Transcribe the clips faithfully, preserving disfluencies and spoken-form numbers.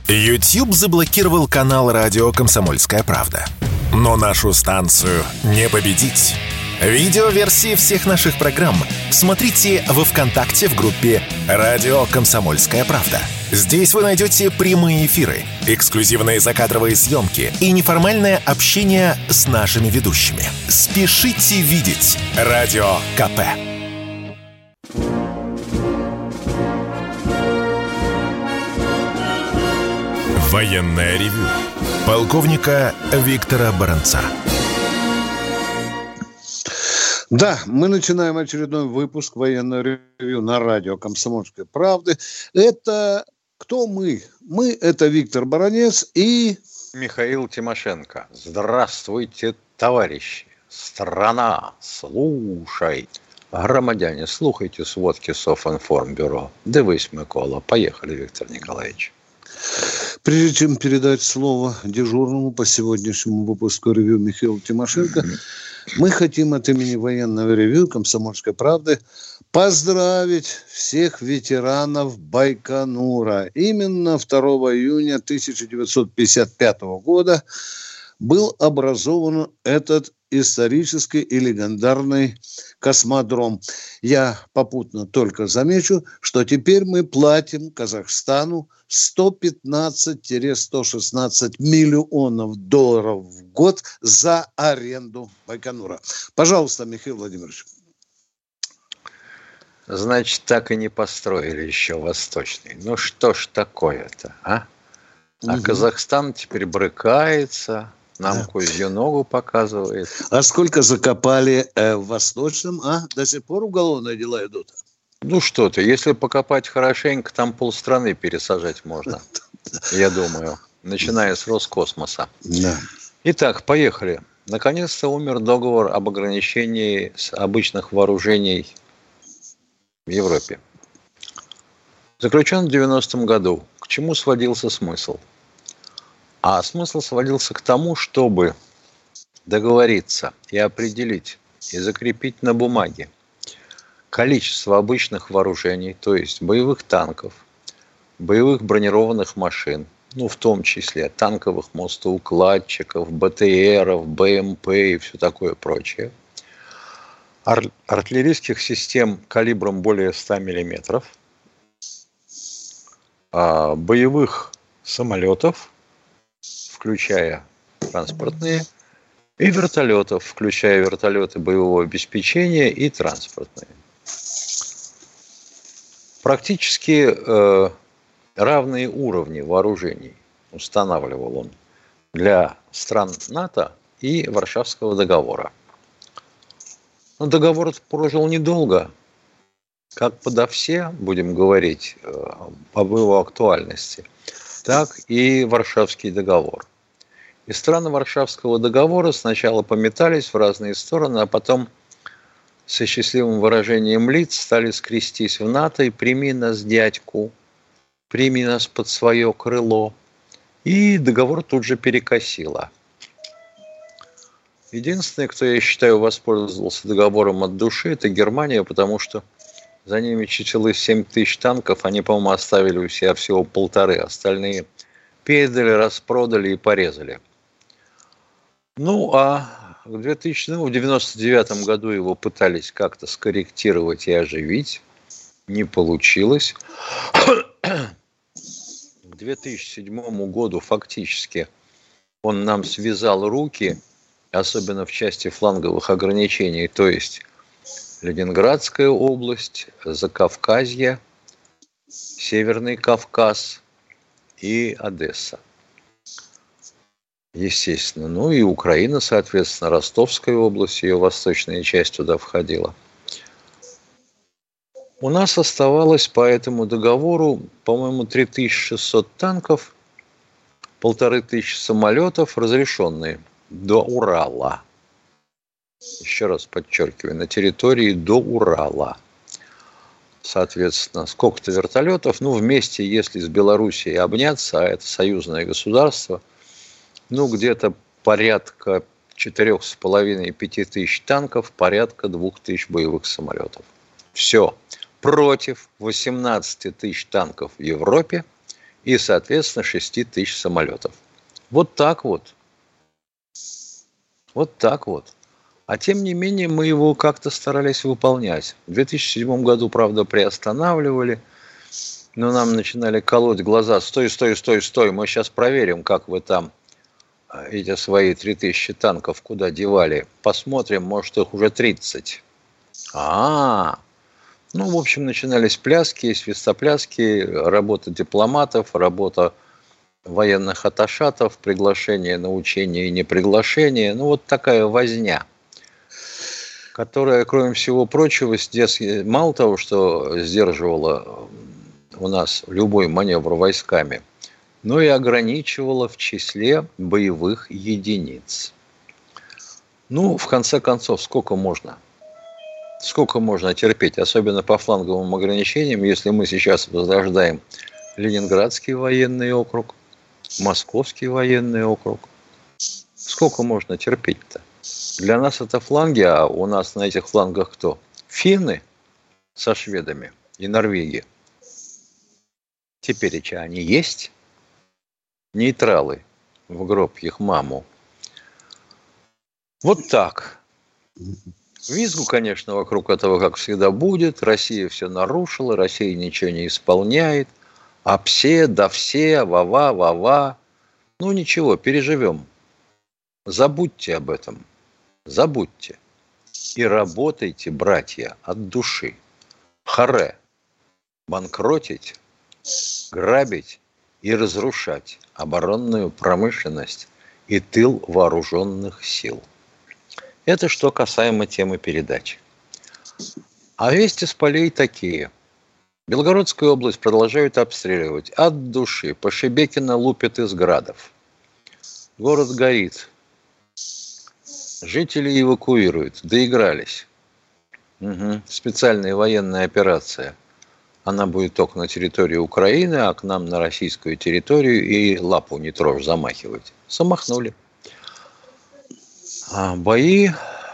YouTube заблокировал канал радио «Комсомольская правда». Но нашу станцию не победить. Видеоверсии всех наших программ смотрите во ВКонтакте в группе «Радио Комсомольская правда». Здесь вы найдете прямые эфиры, эксклюзивные закадровые съемки и неформальное общение с нашими ведущими. Спешите видеть Радио КП. Военное ревю полковника Виктора Баранца. Да, мы начинаем очередной выпуск военного ревью на радио «Комсомольской правды». Это кто мы? Мы – это Виктор Баранец и... Михаил Тимошенко. Здравствуйте, товарищи. Страна, слушай. Громадяне, слухайте сводки Софинформбюро. Дивись, Микола. Поехали, Виктор Николаевич. Прежде чем передать слово дежурному по сегодняшнему выпуску ревью Михаилу Тимошенко, мы хотим от имени военного ревью «Комсомольской правды» поздравить всех ветеранов Байконура. Именно второго июня тысяча девятьсот пятьдесят пятого года был образован этот исторический и легендарный космодром. Я попутно только замечу, что теперь мы платим Казахстану сто пятнадцать - сто шестнадцать миллионов долларов в год за аренду Байконура. Пожалуйста, Михаил Владимирович. Значит, так и не построили еще Восточный. Ну что ж такое-то, а? А угу. Казахстан теперь брыкается, нам да. козью ногу показывает. А сколько закопали э, в Восточном, а? До сих пор уголовные дела идут? Ну что ты, если покопать хорошенько, там полстраны пересажать можно, я думаю, начиная с Роскосмоса. Да. Итак, поехали. Наконец-то умер договор об ограничении обычных вооружений в Европе. Заключен в девяностом году. К чему сводился смысл? А смысл сводился к тому, чтобы договориться и определить, и закрепить на бумаге количество обычных вооружений, то есть боевых танков, боевых бронированных машин, ну, в том числе танковых мостоукладчиков, БТРов, БМП и все такое прочее, ар- артиллерийских систем калибром более ста миллиметров, а, боевых самолетов, включая транспортные, и вертолетов, включая вертолеты боевого обеспечения и транспортные. Практически э, равные уровни вооружений устанавливал он для стран НАТО и Варшавского договора. Но договор прожил недолго, как подо все, будем говорить, э, об его актуальности, так и Варшавский договор. И страны Варшавского договора сначала пометались в разные стороны, а потом со счастливым выражением лиц стали скрестись в НАТО и «прими нас, дядьку, прими нас под свое крыло». И договор тут же перекосило. Единственное, кто, я считаю, воспользовался договором от души, это Германия, потому что за ними числилось семь тысяч танков, они, по-моему, оставили у себя всего полторы, остальные передали, распродали и порезали. Ну, а в две тысячи девяносто девятом году его пытались как-то скорректировать и оживить. Не получилось. К две тысячи седьмому году фактически он нам связал руки, особенно в части фланговых ограничений, то есть Ленинградская область, Закавказье, Северный Кавказ и Одесса. Естественно. Ну и Украина, соответственно, Ростовская область, ее восточная часть туда входила. У нас оставалось по этому договору, по-моему, три тысячи шестьсот танков, полторы тысячи самолетов, разрешенные до Урала. Еще раз подчеркиваю, на территории до Урала. Соответственно, сколько-то вертолетов, ну, вместе, если с Белоруссией обняться, а это союзное государство, ну, где-то порядка четырех с половиной пяти тысяч танков, порядка двух тысяч боевых самолетов. Все. Против восемнадцати тысяч танков в Европе и, соответственно, шесть тысяч самолетов. Вот так вот. Вот так вот. А тем не менее мы его как-то старались выполнять. В две тысячи седьмом году, правда, приостанавливали, но нам начинали колоть глаза. Стой, стой, стой, стой, мы сейчас проверим, как вы там эти свои три тысячи танков куда девали. Посмотрим, может, их уже тридцать. А-а-а. Ну, в общем, начинались пляски, свистопляски, работа дипломатов, работа военных атташатов, приглашение на учения и неприглашение. Ну, вот такая возня, которая, кроме всего прочего, мало того, что сдерживала у нас любой маневр войсками, но и ограничивала в числе боевых единиц. Ну, в конце концов, сколько можно? Сколько можно терпеть, особенно по фланговым ограничениям, если мы сейчас возрождаем Ленинградский военный округ, Московский военный округ. Сколько можно терпеть-то? Для нас это фланги, а у нас на этих флангах кто? Финны со шведами и Норвегия. Теперь-че они есть? Нейтралы в гроб их маму. Вот так. Визгу, конечно, вокруг этого, как всегда, будет. Россия все нарушила, Россия ничего не исполняет. А все, да все, ва-ва, ва-ва. Ну ничего, переживем. Забудьте об этом. Забудьте. И работайте, братья, от души. Харе. Банкротить, грабить и разрушать оборонную промышленность и тыл вооруженных сил. Это что касаемо темы передачи. А вести с полей такие. Белгородскую область продолжают обстреливать от души. По Шебекино лупят из градов. Город горит. Жители эвакуируют. Доигрались. Угу. Специальная военная операция. Она будет только на территории Украины, а к нам на российскую территорию и лапу не трожь замахивать. Замахнули. А бои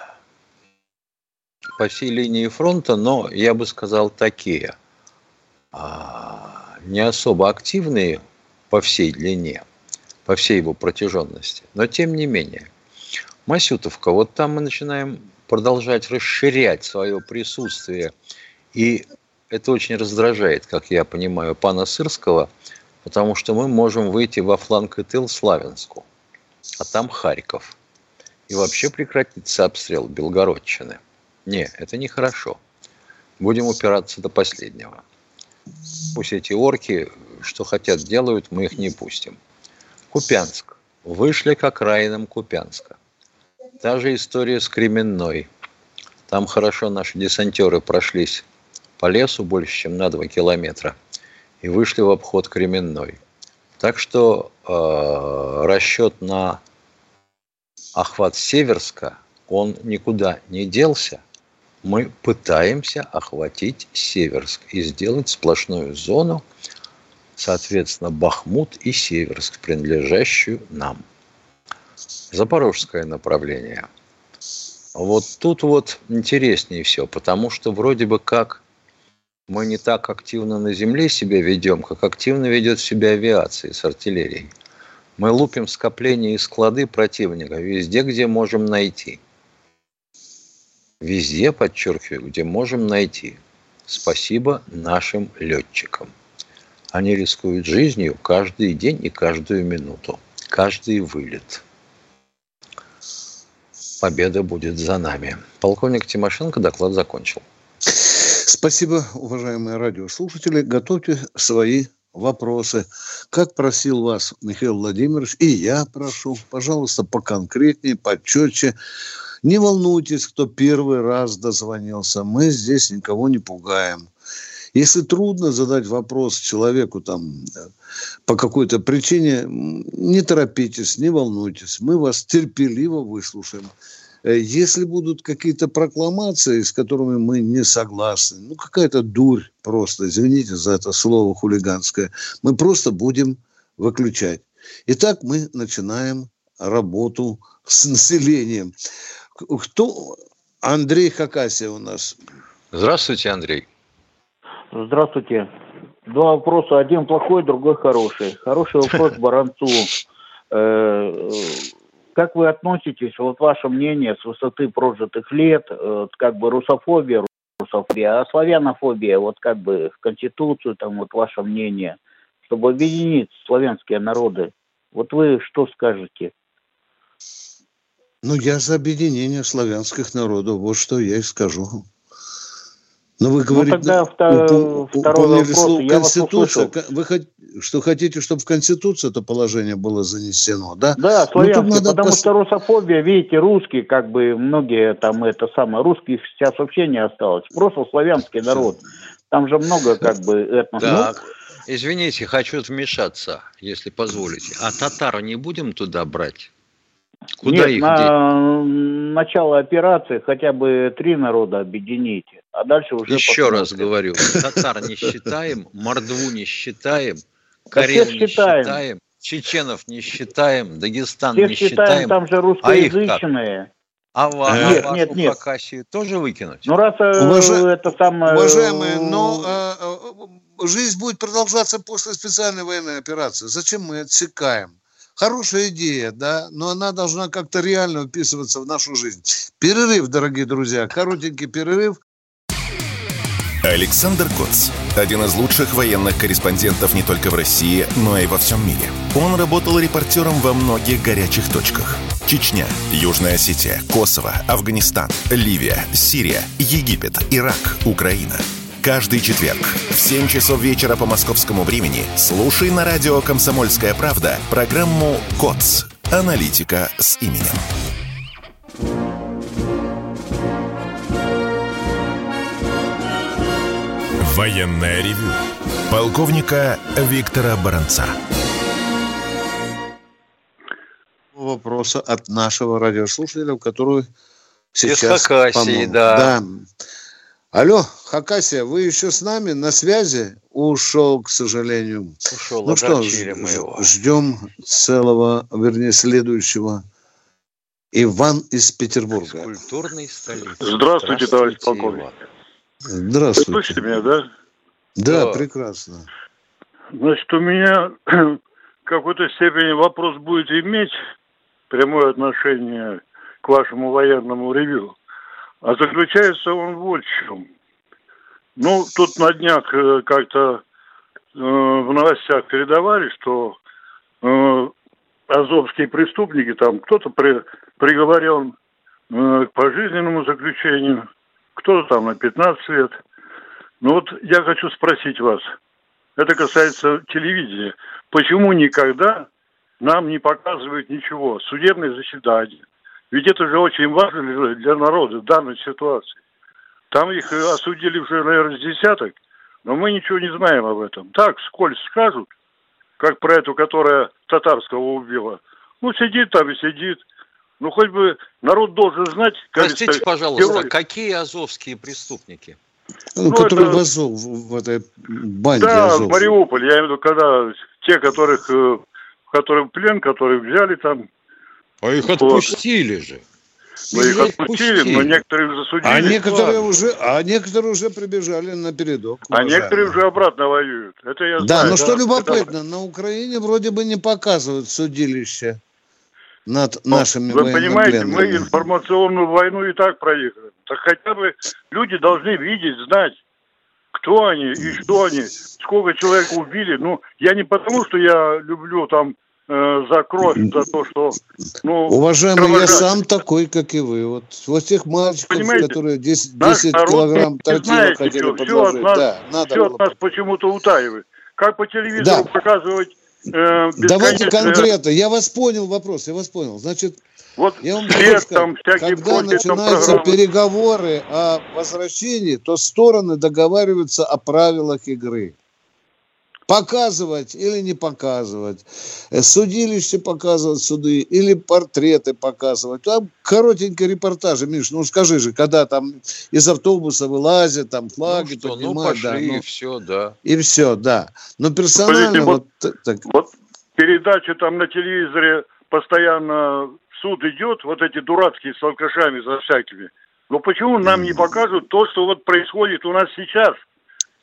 по всей линии фронта, но я бы сказал такие, а, не особо активные по всей длине, по всей его протяженности, но тем не менее. Масютовка, вот там мы начинаем продолжать расширять свое присутствие, и это очень раздражает, как я понимаю, пана Сырского, потому что мы можем выйти во фланг и тыл Славянску, а там Харьков. И вообще прекратится обстрел Белгородчины. Не, это нехорошо. Будем упираться до последнего. Пусть эти орки, что хотят, делают, мы их не пустим. Купянск. Вышли к окраинам Купянска. Та же история с Кременной. Там хорошо наши десантеры прошлись по лесу больше, чем на два километра. И вышли в обход Кременной. Так что э, расчет на охват Северска, он никуда не делся. Мы пытаемся охватить Северск и сделать сплошную зону, соответственно, Бахмут и Северск, принадлежащую нам. Запорожское направление. Вот тут вот интереснее все, потому что вроде бы как мы не так активно на земле себя ведем, как активно ведет себя авиация с артиллерией. Мы лупим скопления и склады противника везде, где можем найти. Везде, подчеркиваю, где можем найти. Спасибо нашим летчикам. Они рискуют жизнью каждый день и каждую минуту. Каждый вылет. Победа будет за нами. Полковник Тимошенко доклад закончил. Спасибо, уважаемые радиослушатели. Готовьте свои вопросы. Как просил вас Михаил Владимирович, и я прошу, пожалуйста, поконкретнее, почетче. Не волнуйтесь, кто первый раз дозвонился. Мы здесь никого не пугаем. Если трудно задать вопрос человеку там по какой-то причине, не торопитесь, не волнуйтесь. Мы вас терпеливо выслушаем. Если будут какие-то прокламации, с которыми мы не согласны, ну, какая-то дурь просто, извините за это слово хулиганское, мы просто будем выключать. Итак, мы начинаем работу с населением. Кто? Андрей Хакасия у нас. Здравствуйте, Андрей. Здравствуйте. Два вопроса. Один плохой, другой хороший. Хороший вопрос Баранцу. Как вы относитесь, вот ваше мнение с высоты прожитых лет, как бы русофобия, русофобия, а славянофобия, вот как бы в Конституцию, там вот ваше мнение, чтобы объединить славянские народы. Вот вы что скажете? Ну, я за объединение славянских народов. Вот что я и скажу. Но вы говорите, ну, тогда втор... второй вопрос. Я Конституция. Вы хот... что хотите, чтобы в Конституцию это положение было занесено, да? Да, славянские, ну, потому пос... что русофобия, видите, русские, как бы многие там это самое, русских сейчас вообще не осталось. Просто славянский народ. Там же много как бы этносов. Так, извините, хочу вмешаться, если позволите. А татар не будем туда брать? Куда Нет, их на деть? начало операции хотя бы три народа объедините, а дальше уже... Еще раз говорю, татар не считаем, мордву не считаем, карел не считаем, чеченов не считаем, Дагестан не считаем. Там же русскоязычные. А, а нет, вашу нет, нет. Хакасию тоже выкинуть? Ну, раз Уваж... это самое... Уважаемые, но э, жизнь будет продолжаться после специальной военной операции. Зачем мы отсекаем? Хорошая идея, да, но она должна как-то реально вписываться в нашу жизнь. Перерыв, дорогие друзья, коротенький перерыв. Александр Коц. Один из лучших военных корреспондентов не только в России, но и во всем мире. Он работал репортером во многих горячих точках. Чечня, Южная Осетия, Косово, Афганистан, Ливия, Сирия, Египет, Ирак, Украина. Каждый четверг в семь часов вечера по московскому времени слушай на радио «Комсомольская правда» программу «КОЦ. Аналитика с именем». Военное ревю полковника Виктора Баранца. Вопроса от нашего радиослушателя, который сейчас... Из Хакасии, да. да. Алло, Хакасия, вы еще с нами на связи? Ушел, к сожалению. Ушел, ну что, мы его. Ждем целого, вернее, следующего. Иван из Петербурга. Культурной столицы. Здравствуйте, товарищ полковник. Здравствуйте. Вы слышите меня, да? Да, да, прекрасно. Значит, у меня в какой-то степени вопрос будет иметь прямое отношение к вашему военному ревью. А заключается он вот в чем. Ну, тут на днях как-то э, в новостях передавали, что э, азовские преступники, там кто-то при, приговорен э, к пожизненному заключению, кто-то там на пятнадцать лет. Ну вот я хочу спросить вас, это касается телевидения, почему никогда нам не показывают ничего, судебные заседания? Ведь это же очень важно для народа в данной ситуации. Там их осудили уже, наверное, с десяток, но мы ничего не знаем об этом. Так, вскользь скажут, как про эту, которая татарского убила. Ну, сидит там и сидит. Ну, хоть бы народ должен знать... Простите, кажется, пожалуйста, герой. Какие азовские преступники? Ну, ну которые это... в Азов, в этой банде Да, Азов. в Мариуполе, я имею в виду, когда те, которых, которые в плен, которые взяли там... А их отпустили же. Ну, их отпустили, но некоторые уже судили. А некоторые уже, а некоторые уже прибежали на передок. А уважаемые. Некоторые уже обратно воюют. Это я да, знаю. но Да, что любопытно, это... на Украине вроде бы не показывают судилище над но, нашими вы понимаете, мы военнопленными. Информационную войну и так проиграли. Так хотя бы люди должны видеть, знать, кто они и что они, сколько человек убили. Ну, я не потому, что я люблю там за кровь, за то, что... Ну, уважаемый, я сам такой, как и вы. Вот, вот тех мальчиков, понимаете, которые десять, десять килограмм тортила хотели все, подложить. Все от нас, да, надо все было... от нас почему-то утаивает. Как по телевизору да. показывать... Э, Давайте конкретно. Я вас понял вопрос, я вас понял. Значит, вот я вам след, скажу, там, когда начинаются переговоры о возвращении, то стороны договариваются о правилах игры. Показывать или не показывать, судилище показывать суды или портреты показывать. Там коротенькие репортажи, Миш, ну скажи же, когда там из автобуса вылазят, там флаги ну, поднимают. Ну, пошли, да, ну, и все, да. И все, да. Но персонально... Вот, вот, так... вот передачи там на телевизоре постоянно в суд идет, вот эти дурацкие с алкашами за всякими. Но почему нам не покажут то, что вот происходит у нас сейчас?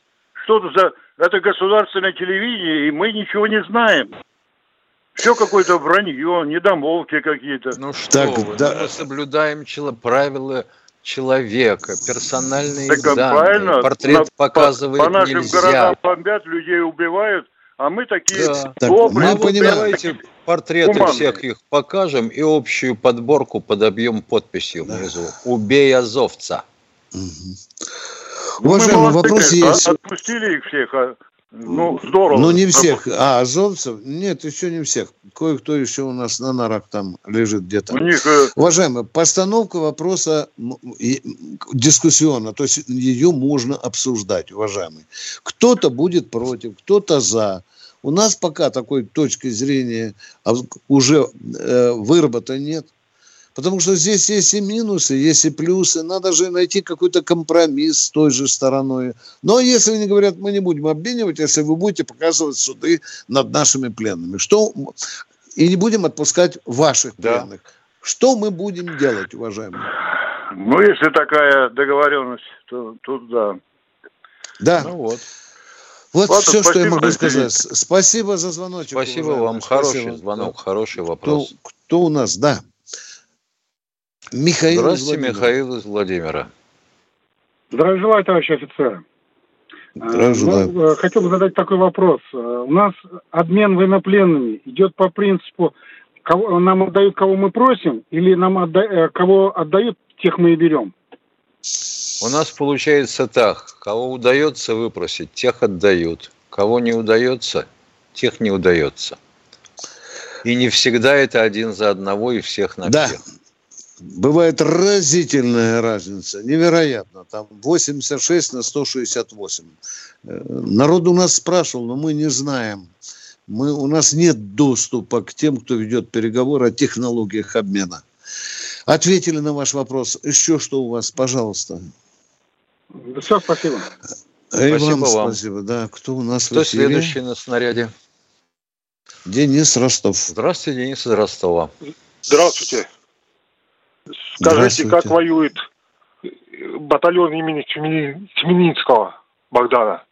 что это за... Это государственное телевидение, и мы ничего не знаем. Все какое-то вранье, недомолвки какие-то. Ну что так, вы, да. мы соблюдаем чело- правила человека, персональные Так, данные. правильно. Портрет На, показывать по, по нашим нельзя. городам бомбят, людей убивают, а мы такие Да. добрые. Так, мы понимаем. Давайте портреты Гуманные. всех их покажем и общую подборку подобьем подписью Да. внизу. «Убей азовца». Угу. Ну, Уважаемый, молодцы, вопрос конечно, есть. Отпустили их всех, а, ну, здорово. Ну, не всех. А, азовцев? Нет, еще не всех. Кое-кто еще у нас на нарах там лежит где-то. У них... э, Уважаемые, постановка вопроса м, и- дискуссионна, то есть ее можно обсуждать, уважаемые. Кто-то будет против, кто-то за. У нас пока такой точки зрения а, уже э, выработанной нет. Потому что здесь есть и минусы, есть и плюсы. Надо же найти какой-то компромисс с той же стороной. Но если они говорят, мы не будем обменивать, если вы будете показывать суды над нашими пленными, что и не будем отпускать ваших Да. пленных, что мы будем делать, уважаемые? Ну, если такая договоренность, то тут да. Да. Ну вот. Вот Ладно, все, что я спасибо, могу Алексей. сказать. С- Спасибо за звоночек. Спасибо уважаемые. вам. Хороший Спасибо. звонок, Да. хороший Кто, вопрос. кто у нас? Да. Михаил из Здравствуйте, Владимира. Михаил из Владимира. Здравия желаю, товарищи офицеры. Здравия желаю. Ну, э, хотел бы задать такой вопрос. Э, У нас обмен военнопленными идет по принципу, кого, нам отдают, кого мы просим, или нам отда, э, кого отдают, тех мы и берем? У нас получается так. Кого удается выпросить, тех отдают. Кого не удается, тех не удается. И не всегда это один за одного и всех на Да. всех. Бывает разительная разница, невероятно, там восемьдесят шесть на сто шестьдесят восемь. Э, Народ у нас спрашивал, но мы не знаем. Мы, у нас нет доступа к тем, кто ведет переговоры о технологиях обмена. Ответили на ваш вопрос. Еще что у вас, пожалуйста. Да все, спасибо. И Спасибо вам вам. спасибо. Да, кто у нас Кто в эфире? следующий на снаряде? Денис Ростов. Здравствуйте, Денис из Ростова. Здравствуйте. Скажите, Здравствуйте. как воюет батальон имени Тюмени- Тюменицкого Богдана?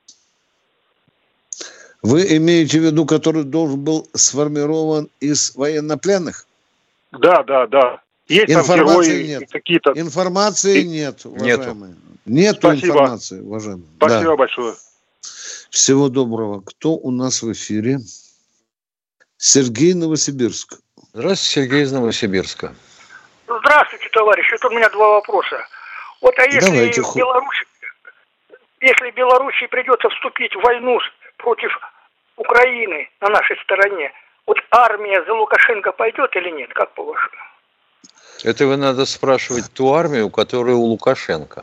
Вы имеете в виду, который должен был сформирован из военнопленных? Да, да, да. Есть там Информации герои нет. какие-то. Информации И- нет, Нету. уважаемые. Нету Спасибо. информации, уважаемые. Спасибо Да. большое. Всего доброго. Кто у нас в эфире? Сергей, Новосибирск. Здравствуйте, Сергей из Новосибирска. Здравствуйте, товарищи. Вот у меня два вопроса. Вот а если Давайте, в ху- Беларуси, если Белоруссии придется вступить в войну с- против Украины на нашей стороне, вот армия за Лукашенко пойдет или нет? Как по-вашему? Это вы надо спрашивать ту армию, которая у Лукашенко.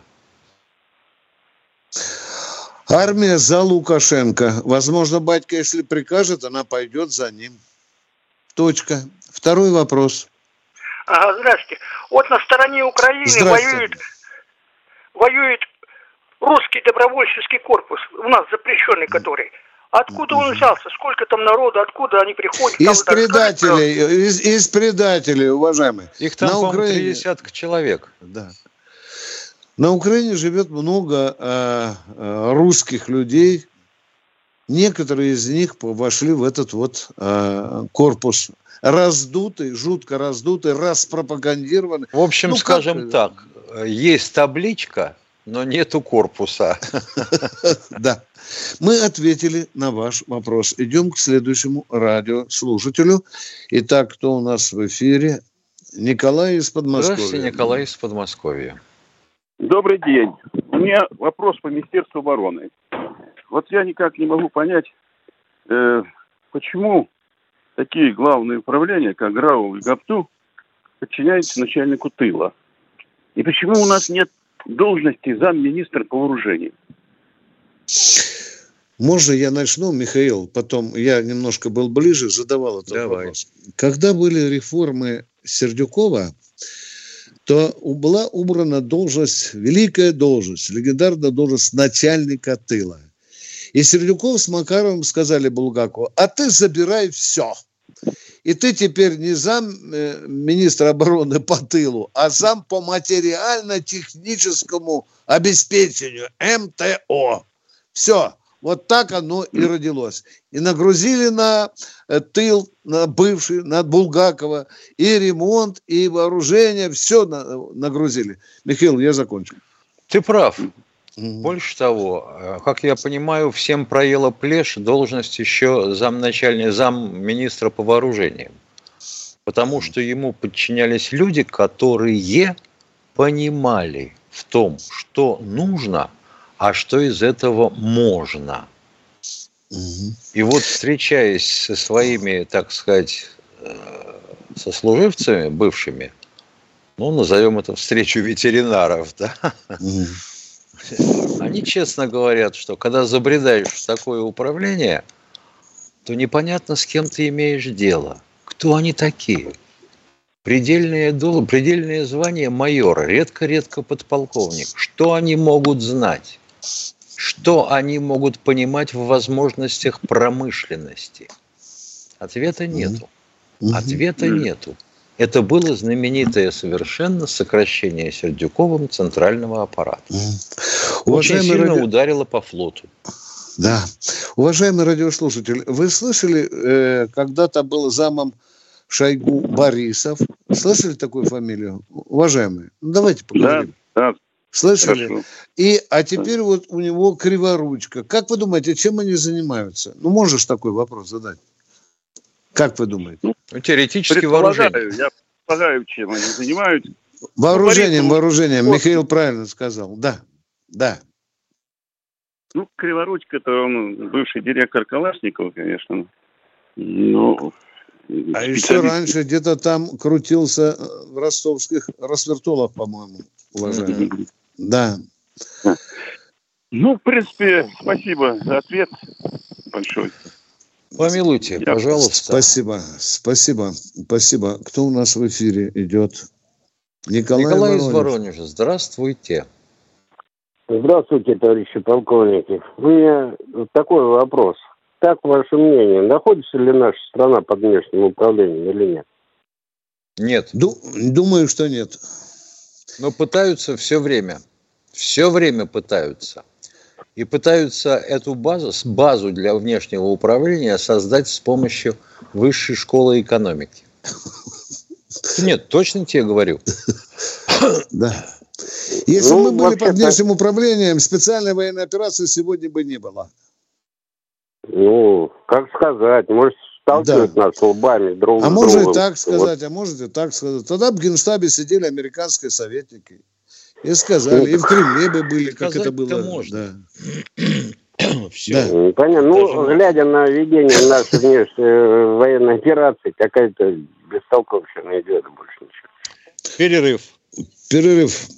Армия за Лукашенко. Возможно, батька, если прикажет, она пойдет за ним. Точка. Второй вопрос. Ага, здравствуйте. Вот на стороне Украины Здравствуйте. воюет, воюет русский добровольческий корпус, у нас запрещенный который. Откуда он взялся? Сколько там народу? Откуда они приходят? Из Там, да, предателей, из, из предателей, уважаемые. Их там, На по-моему, три Украине- десятка человек. Да. На Украине живет много э, э, русских людей. Некоторые из них вошли в этот вот э, корпус. Раздутый, жутко раздутый, распропагандированный. В общем, Ну, как- скажем так, есть табличка, но нету корпуса. Да. Мы ответили на ваш вопрос. Идем к следующему радиослушателю. Итак, кто у нас в эфире? Николай из Подмосковья. Здравствуйте, Николай из Подмосковья. Добрый день. У меня вопрос по Министерству обороны. Вот я никак не могу понять, э, почему такие главные управления, как ГРАУ и ГАПТУ, подчиняются начальнику тыла. И почему у нас нет должности замминистра по вооружению? Можно я начну, Михаил? Потом я немножко был ближе, задавал этот Давай. вопрос. Когда были реформы Сердюкова, то была убрана должность, великая должность, легендарная должность начальника тыла. И Сердюков с Макаровым сказали Булгакову: а ты забирай все. И ты теперь не зам э, министра обороны по тылу, а зам по материально-техническому обеспечению, эм тэ о. Все. Вот так оно и родилось. И нагрузили на тыл, на бывший, на Булгакова, и ремонт, и вооружение, все нагрузили. Михаил, я закончу. Ты прав. Mm-hmm. Больше того, как я понимаю, всем проела плешь должность еще замначальника, замминистра по вооружениям. Потому что ему подчинялись люди, которые понимали в том, что нужно, а что из этого можно. Угу. И вот, встречаясь со своими, так сказать, сослуживцами бывшими, ну, назовем это встречу ветеринаров, да, угу. Они честно говорят, что когда забредаешь в такое управление, то непонятно, с кем ты имеешь дело. Кто они такие? Предельное, предельное звание майора, редко-редко подполковник. Что они могут знать? Что они могут понимать в возможностях промышленности? Ответа нету. Ответа нету. Это было знаменитое совершенно сокращение Сердюковым центрального аппарата. Очень сильно ради... ударило по флоту. Да. Уважаемый радиослушатель, вы слышали, э, когда-то был замом Шойгу Борисов. Слышали такую фамилию? Уважаемые, ну, давайте поговорим. Да, да. Слышали? Хорошо. И, а теперь вот у него Криворучка. Как вы думаете, чем они занимаются? Ну, можешь такой вопрос задать? Как вы думаете? Ну, теоретически вооружение. Я предполагаю, чем они занимаются. Вооружением, ну, вооружением. Вот. Михаил правильно сказал. Да, да. Ну, Криворучка, это он бывший директор Калашникова, конечно. Но... А еще раньше где-то там крутился в ростовских Росвертолах, по-моему, уважаемый. Mm-hmm. Да. Ну, в принципе, спасибо за ответ большой. Помилуйте, Я... пожалуйста. Спасибо, спасибо, спасибо. Кто у нас в эфире идет? Николай, Николай Воронеж. из Воронежа. Здравствуйте. Здравствуйте, товарищи полковники. У меня такой вопрос. Как ваше мнение, находится ли наша страна под внешним управлением или нет? Нет. Ду- думаю, что нет. Но пытаются все время. Все время пытаются. И пытаются эту базу, базу для внешнего управления создать с помощью высшей школы экономики. Нет, точно тебе говорю. Да. Если ну, мы были под внешним управлением, специальной военной операции сегодня бы не было. Ну, как сказать, может, сталкивать да. нас лбами друг а с другом. А может и так сказать, вот. а может и так сказать. Тогда в Генштабе сидели американские советники. И сказали, и в Кремле бы были, как это было. Можно. Да. Все. Да. Понятно. Ну, глядя на ведение нашей внешней военной операции, какая-то бестолковщина идет, больше ничего. Перерыв. Перерыв.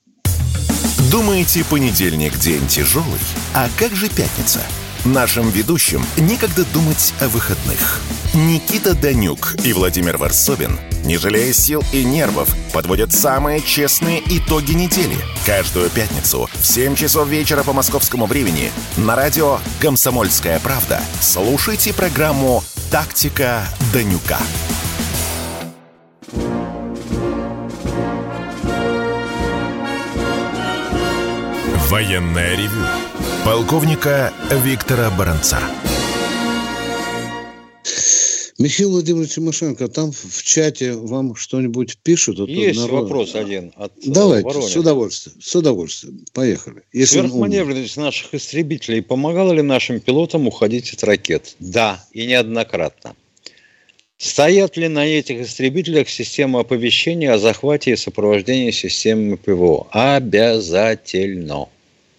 Думаете, понедельник день тяжелый? А как же пятница? Нашим ведущим некогда думать о выходных. Никита Данюк и Владимир Варсобин, не жалея сил и нервов, подводят самые честные итоги недели. Каждую пятницу в семь часов вечера по московскому времени на радио «Комсомольская правда» слушайте программу «Тактика Данюка». Военное ревю полковника Виктора Баранца. Михаил Владимирович Тимошенко, там в чате вам что-нибудь пишут? Есть народ... вопрос один от Давайте, Воронежа. с удовольствием, с удовольствием. Поехали. Если Сверхманевренность наших истребителей помогала ли нашим пилотам уходить от ракет? Да, и неоднократно. Стоят ли на этих истребителях системы оповещения о захвате и сопровождении системы ПВО? Обязательно.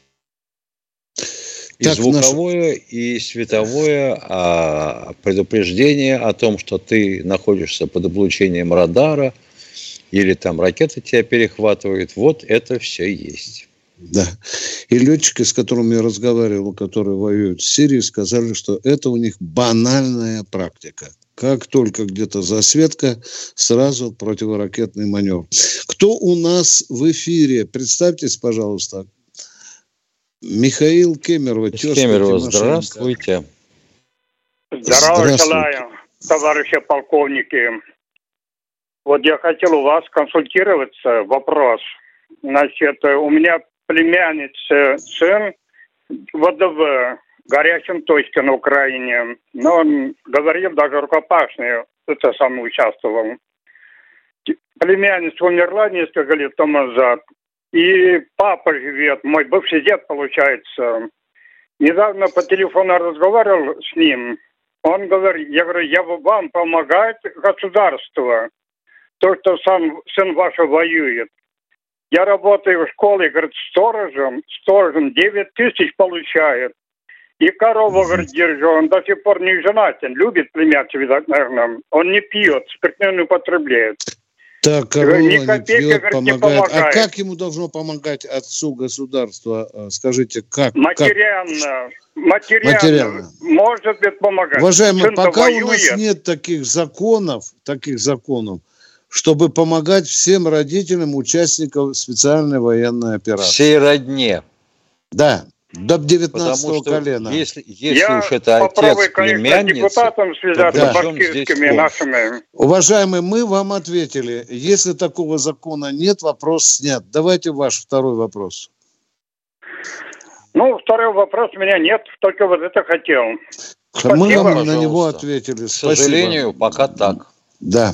И так, звуковое, наш... и световое а, предупреждение о том, что ты находишься под облучением радара, или там ракета тебя перехватывает. Вот это все есть. Да. И летчики, с которыми я разговаривал, которые воюют в Сирии, сказали, что это у них банальная практика. Как только где-то засветка, сразу противоракетный маневр. Кто у нас в эфире? Представьтесь, пожалуйста. Михаил Кемерово. Кемерово, здравствуйте. Здравия желаю, товарищи полковники. Вот я хотел у вас консультироваться. Вопрос. Значит, у меня племянница сын ВДВ. горячем точке на Украине. Но он говорил, даже рукопашный, это сам участвовал. Племянница умерла несколько лет тому назад. И папа живет, мой бывший дед, получается. Недавно по телефону разговаривал с ним. Он говорит, я говорю, я вам помогает государство. То, что сам сын ваш воюет. Я работаю в школе, говорит, сторожем, сторожем девять тысяч получает. И корову, говорит, держу, он до сих пор не женатен, любит племянницу, видать, наверное. Он не пьет, спиртное не употребляет. Так, корова Ни не копейки, пьет, говорит, не помогает. помогает. А как ему должно помогать отцу государства? Скажите, как? Материально. Материально. Материально. Может быть, помогать. Уважаемые, Сын-то пока воюет. у нас нет таких законов, таких законов, чтобы помогать всем родителям участников специальной военной операции. Всей родне. Да, до девятнадцатого колена. Если, если Я уж это отец племянницы, депутатом связаться да. башкирскими нашими. Уважаемые, мы вам ответили. Если такого закона нет, вопрос снят. Давайте ваш второй вопрос. Ну, второй вопрос у меня нет, только вот это хотел. Спасибо. Мы вам Пожалуйста. на него ответили. К сожалению, Спасибо. Пока так. Да.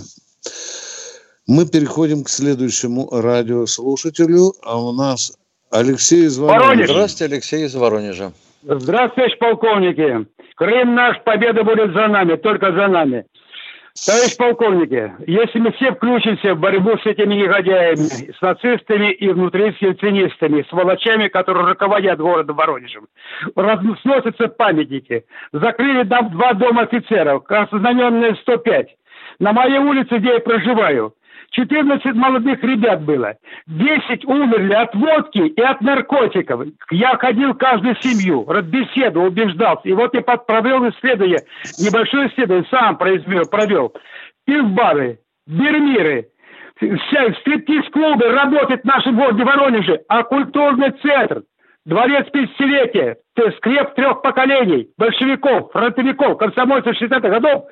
Мы переходим к следующему радиослушателю. А у нас Алексей из Воронежа. Воронеж. Здравствуйте, Алексей из Воронежа. Здравствуйте, полковники. Крым наш, победа будет за нами, только за нами. Товарищ полковники, если мы все включимся в борьбу с этими негодяями, с нацистами и внутрисоциалистами, сволочами, которые руководят городом Воронежем, сносятся памятники, закрыли там два дома офицеров, краснознаменные сто пять. На моей улице, где я проживаю, четырнадцать молодых ребят было. десять умерли от водки и от наркотиков. Я ходил в каждую семью, беседовал, убеждался. И вот я провел исследование, небольшое исследование, сам произвел, провел. Пивбары, бирмиры, стриптиз-клубы работают в нашем городе Воронеже, а культурный центр, дворец пятидесятилетия, скреп трех поколений, большевиков, фронтовиков, комсомольцев шестидесятых годов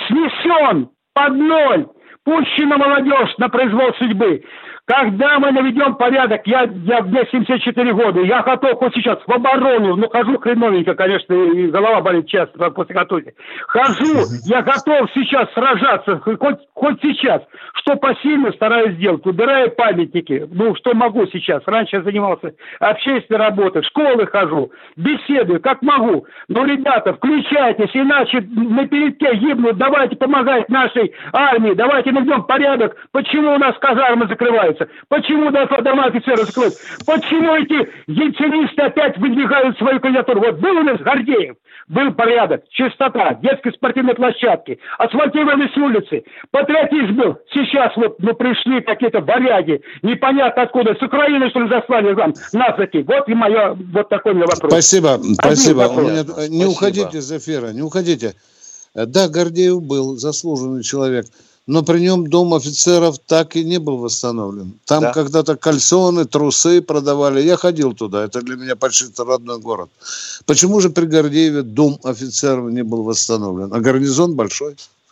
снесен под ноль. Пущена молодежь на произвол судьбы. Когда мы наведем порядок, я, я мне семьдесят четыре года, я готов хоть сейчас в оборону, ну хожу хреновенько, конечно, и голова болит часто после готовки. Хожу, я готов сейчас сражаться, хоть, хоть сейчас. Что посильно стараюсь сделать, убираю памятники, ну что могу сейчас. Раньше я занимался общественной работой, в школы хожу, беседую, как могу. Но, ребята, включайтесь, иначе на передке гибнут, давайте помогать нашей армии, давайте наведем порядок. Почему у нас казармы закрываются? Почему дома офицеров закрываются? Почему эти ельциnisты опять выдвигают свою кандидатуру? Вот был у нас Гордеев, был порядок, чистота, детские спортивные площадки, асфальтированные улицы, патриотизм был. Сейчас вот ну, пришли какие-то варяги, непонятно откуда, с Украины, что ли, заслали вам нас такие. Вот и мое, вот такой у меня вопрос. Спасибо, Один спасибо. Вопрос. У меня, не спасибо. Уходите из эфира, не уходите. Да, Гордеев был заслуженный человек. Но при нем дом офицеров так и не был восстановлен. Там да. когда-то кальсоны, трусы продавали. Я ходил туда. Это для меня почти родной город. Почему же при Гордееве дом офицеров не был восстановлен? А гарнизон большой.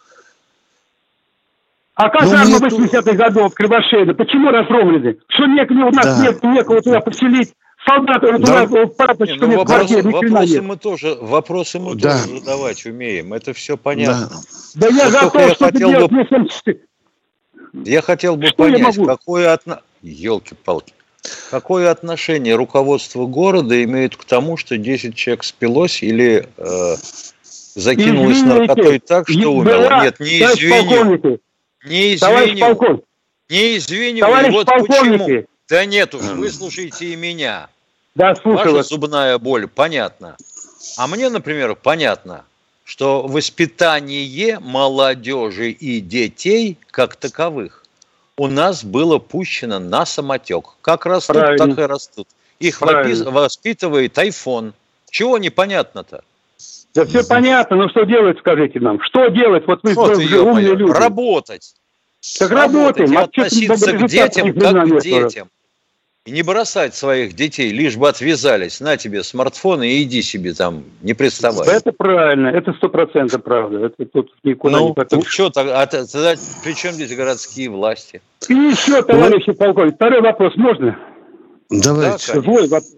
А казарма восьмидесятых годов Кривошеина, почему разрублены? Что не, у нас да. нет некого туда поселить? Солдаты, да. туда прапорщиками ну, вопрос, вопросы мы тоже, вопросы мы да. тоже задавать умеем. Это все понятно. Да, да я готов я что-то хотел делать. Бы, я хотел бы что понять, какое отно... Ёлки-палки. Какое отношение руководство города имеет к тому, что десять человек спилось или э, закинулось наркотой так, что умерло? Нет, не извини. Не извини. Не извини. Вот почему. Да нет уже, вы слушайте и меня. Да, слушаю. Ваша зубная боль, понятно. А мне, например, понятно, что воспитание молодежи и детей, как таковых, у нас было пущено на самотек. Как растут, Правильно. так и растут. Их Правильно. воспитывает айфон. Чего непонятно-то? Да все понятно, но что делать, скажите нам? Что делать? Вот вы умные люди. Работать. Так работаем. И относиться к детям, как к детям. И не бросать своих детей, лишь бы отвязались. На тебе смартфон и иди себе там, не приставай. Это правильно, это сто процентов правда. Это тут никуда ну, не потом. Ну, что тогда, а, тогда при чем здесь городские власти? И еще, товарищи ну, полковник, второй вопрос можно? Давайте. Да, Свой вопрос.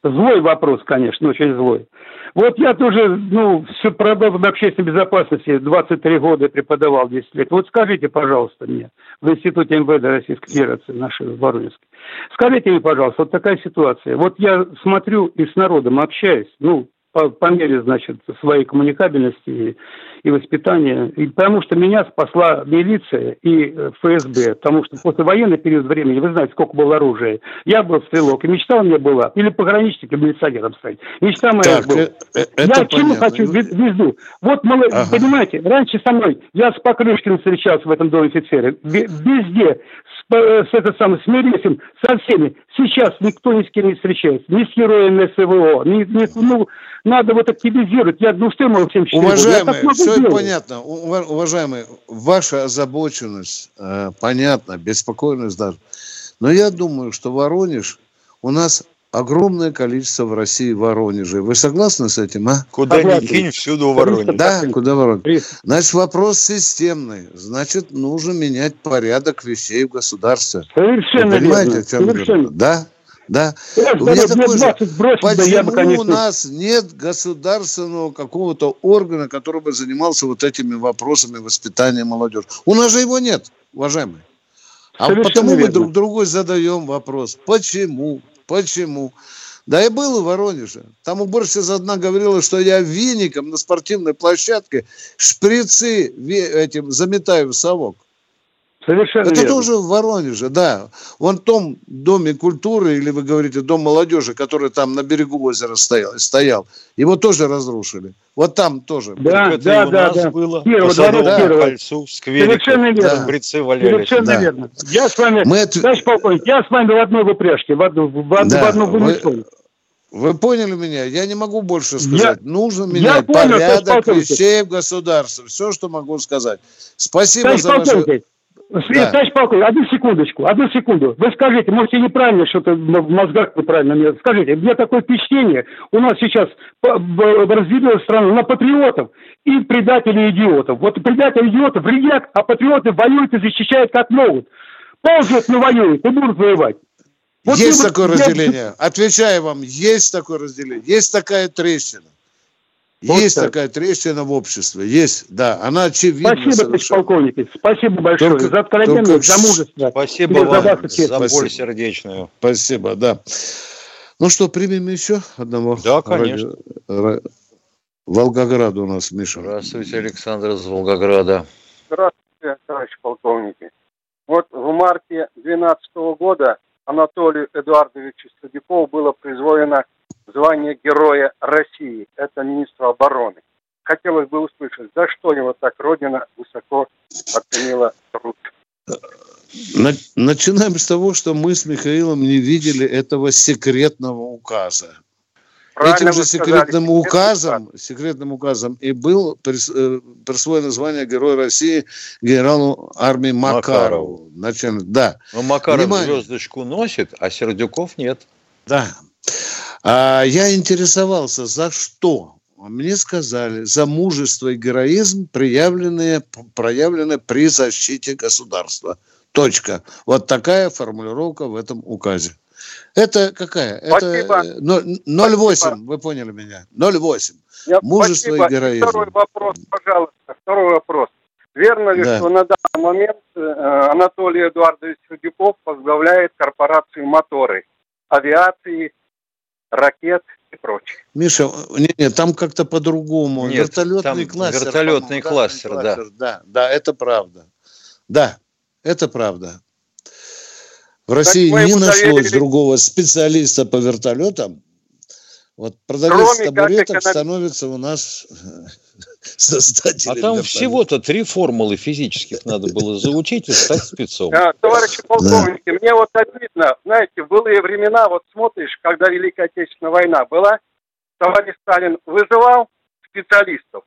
Злой вопрос, конечно, очень злой. Вот я тоже, ну, все продал в общественной безопасности, двадцать три года преподавал, десять лет. Вот скажите, пожалуйста, мне, в Институте эм вэ дэ Российской Федерации, нашей в Воронежской, скажите мне, пожалуйста, вот такая ситуация. Вот я смотрю и с народом общаюсь, ну, по, по мере, значит, своей коммуникабельности и, и воспитания, и потому что меня спасла милиция и эф эс бэ, потому что после военный период времени, вы знаете, сколько было оружия. Я был стрелок, и мечта у меня была, или пограничник, или милиционером стать. Мечта моя так, была. Э, я к чему хочу везду. Вот, мы, ага. понимаете, раньше со мной, я с Покрышкиным встречался в этом доме офицера, везде, с, с, это самое, с Мересем, со всеми. Сейчас никто ни с кем не встречается, ни с героями эс вэ о, ни, ни, ну, надо вот активизировать. Я ну что могу всем считать. Уважаемые, все делать. Понятно. Уважаемые, ваша озабоченность э, понятна, беспокойность даже. Но я думаю, что Воронеж, у нас огромное количество в России Воронежей. Вы согласны с этим, а? Куда ни кинь, всюду Воронеж. Да, куда Воронеж. Значит, вопрос системный. Значит, нужно менять порядок вещей в государстве. Совершенно Вы понимаете, верно. о чем я говорю? Да? Да. Я у меня такой же, почему я бы, конечно... у нас нет государственного какого-то органа, который бы занимался вот этими вопросами воспитания молодежи? У нас же его нет, уважаемые. А совершенно потому верно. Мы друг другу задаем вопрос. Почему? Почему? Да я был в Воронеже. Там уборщица одна говорила, что я веником на спортивной площадке шприцы этим заметаю в совок. Совершенно Это верно. тоже в Воронеже, да. Вон в том доме культуры, или вы говорите, дом молодежи, который там на берегу озера стоял, стоял его тоже разрушили. Вот там тоже. Да, это да, и у да, нас да. было. Первого, по Садовому да, кольцу, в сквере. Совершенно верно. Шприцы валялись. Совершенно да. верно. Я с вами, Мы это... товарищ полковник, я с вами в одной упряжке, в одну, в одну, да. в одну вы... Вы поняли меня? Я не могу больше сказать. Я... Нужно менять понял, порядок вещей в государстве. Все, что могу сказать. Спасибо товарищ за ваше... Да. Товарищ полковник, одну секундочку, одну секунду. Вы скажите, может, я неправильно что-то в мозгах неправильно мне. Скажите, у меня такое впечатление, у нас сейчас разделилась страна на патриотов и предателей идиотов. Вот предатели идиотов вредят, а патриоты воюют и защищают как могут. Ползают, но воюют, и будут воевать. Вот есть такое я... разделение. Отвечаю вам, есть такое разделение. Есть такая трещина. Вот есть так. такая трещина в обществе. Есть, да. Она очевидна. Спасибо, товарищ полковник. Спасибо большое только, за откровенность, только... за мужество. Спасибо вам за, за боль сердечную. Спасибо, да. Ну что, примем еще одного? Да, конечно. Ради... Волгоград у нас, Миша. Здравствуйте, Александр из Волгограда. Здравствуйте, товарищ полковники. Вот в марте две тысячи двенадцатого года Анатолию Эдуардовичу Стадикову было присвоено звание Героя России. Это министр обороны. Хотелось бы услышать, за что его так Родина высоко оценила труд. Начинаем с того, что мы с Михаилом не видели этого секретного указа. Правильно Этим же секретным сказали, указом, секретным указом и был присвоено звание Героя России генералу армии Макарову. Начальник, да. Но Макаров Внимание. звездочку носит, а Сердюков нет. Да. А я интересовался, за что? Мне сказали, за мужество и героизм, проявленные, проявленные при защите государства. Точка. Вот такая формулировка в этом указе. Это какая? Спасибо. Это ноль восемь, вы поняли меня? ноль восемь. Я, мужество спасибо. и героизм. И второй вопрос, пожалуйста. Второй вопрос. Верно ли, да. что на данный момент Анатолий Эдуардович Стадиков возглавляет корпорацию «Моторы», авиации, ракет и прочее? Миша, нет, нет, там как-то по-другому. Нет, вертолетный кластер. Вертолетный кластер, да. кластер, да. Да, это правда. Да, это правда. В России не нашлось доверили... другого специалиста по вертолетам. Вот продавец Кроме табуреток эконом... становится у нас создателем. А там вертолета. Всего-то три формулы физических надо было заучить и стать спецом. А, товарищи полковники, да. Мне вот обидно, знаете, в былые времена, вот смотришь, когда Великая Отечественная война была, товарищ Сталин вызывал специалистов,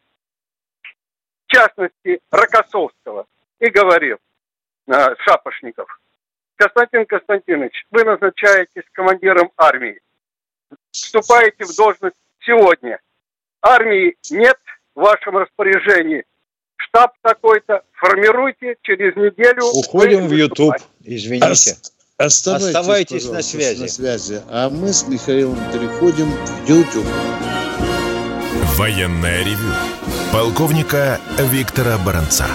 в частности, Рокоссовского, и говорил, а, Шапошников: Константин Константинович, вы назначаетесь командиром армии. Вступаете в должность сегодня. Армии нет в вашем распоряжении. Штаб такой-то. Формируйте через неделю. Уходим в YouTube. Извините. Оставайтесь, Оставайтесь на связи. на связи. А мы с Михаилом переходим в YouTube. Военное ревю полковника Виктора Баранца.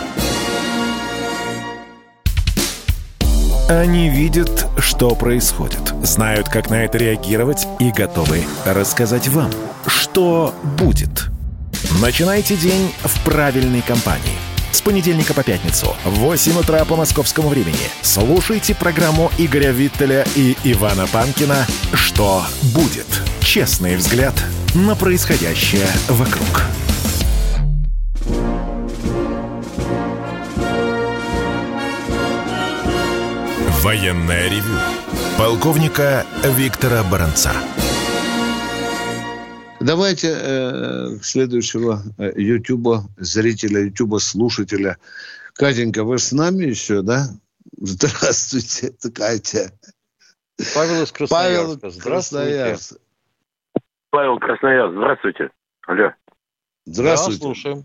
Они видят, что происходит, знают, как на это реагировать и готовы рассказать вам, что будет. Начинайте день в правильной компании. С понедельника по пятницу в восемь утра по московскому времени слушайте программу Игоря Виттеля и Ивана Панкина «Что будет?». Честный взгляд на происходящее вокруг. Военное ревю полковника Виктора Баранца. Давайте э, следующего э, Ютуба, зрителя Ютуба, слушателя. Катенька, вы с нами еще, да? Здравствуйте, Катя. Павел из Красноярска. Павел Здравствуйте. Павел Красноярск. Здравствуйте. Алло. Здравствуйте. Да, слушаем.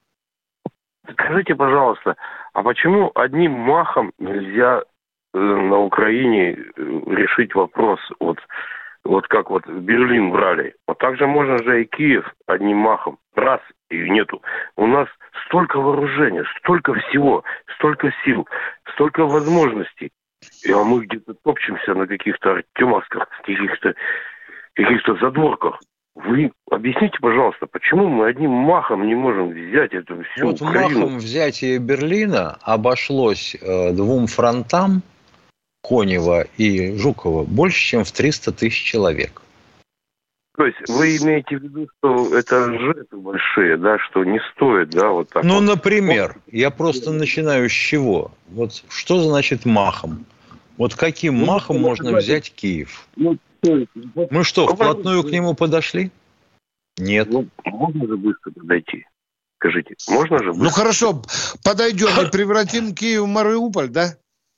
Скажите, пожалуйста, а почему одним махом нельзя э, на Украине решить вопрос вот... Вот как вот Берлин брали. Вот так же можно же и Киев одним махом. Раз, и нету. У нас столько вооружения, столько всего, столько сил, столько возможностей. И, а мы где-то топчемся на каких-то артемовских, каких-то, каких-то задворках. Вы объясните, пожалуйста, почему мы одним махом не можем взять эту всю вот Украину? Махом взятие Берлина обошлось э, двум фронтам, Конева и Жукова, больше, чем в триста тысяч человек. То есть вы имеете в виду, что это жертвы большие, да, что не стоит, да, вот так? Ну, вот. например, я просто начинаю с чего? Вот что значит махом? Вот каким Ну, махом ну, можно давайте. взять Киев? Ну, то есть, Мы что, ну, вплотную к нему подошли? Нет. Ну, можно же быстро подойти? Скажите, можно же быстро? Ну хорошо, подойдем и превратим Киев в Мариуполь, да?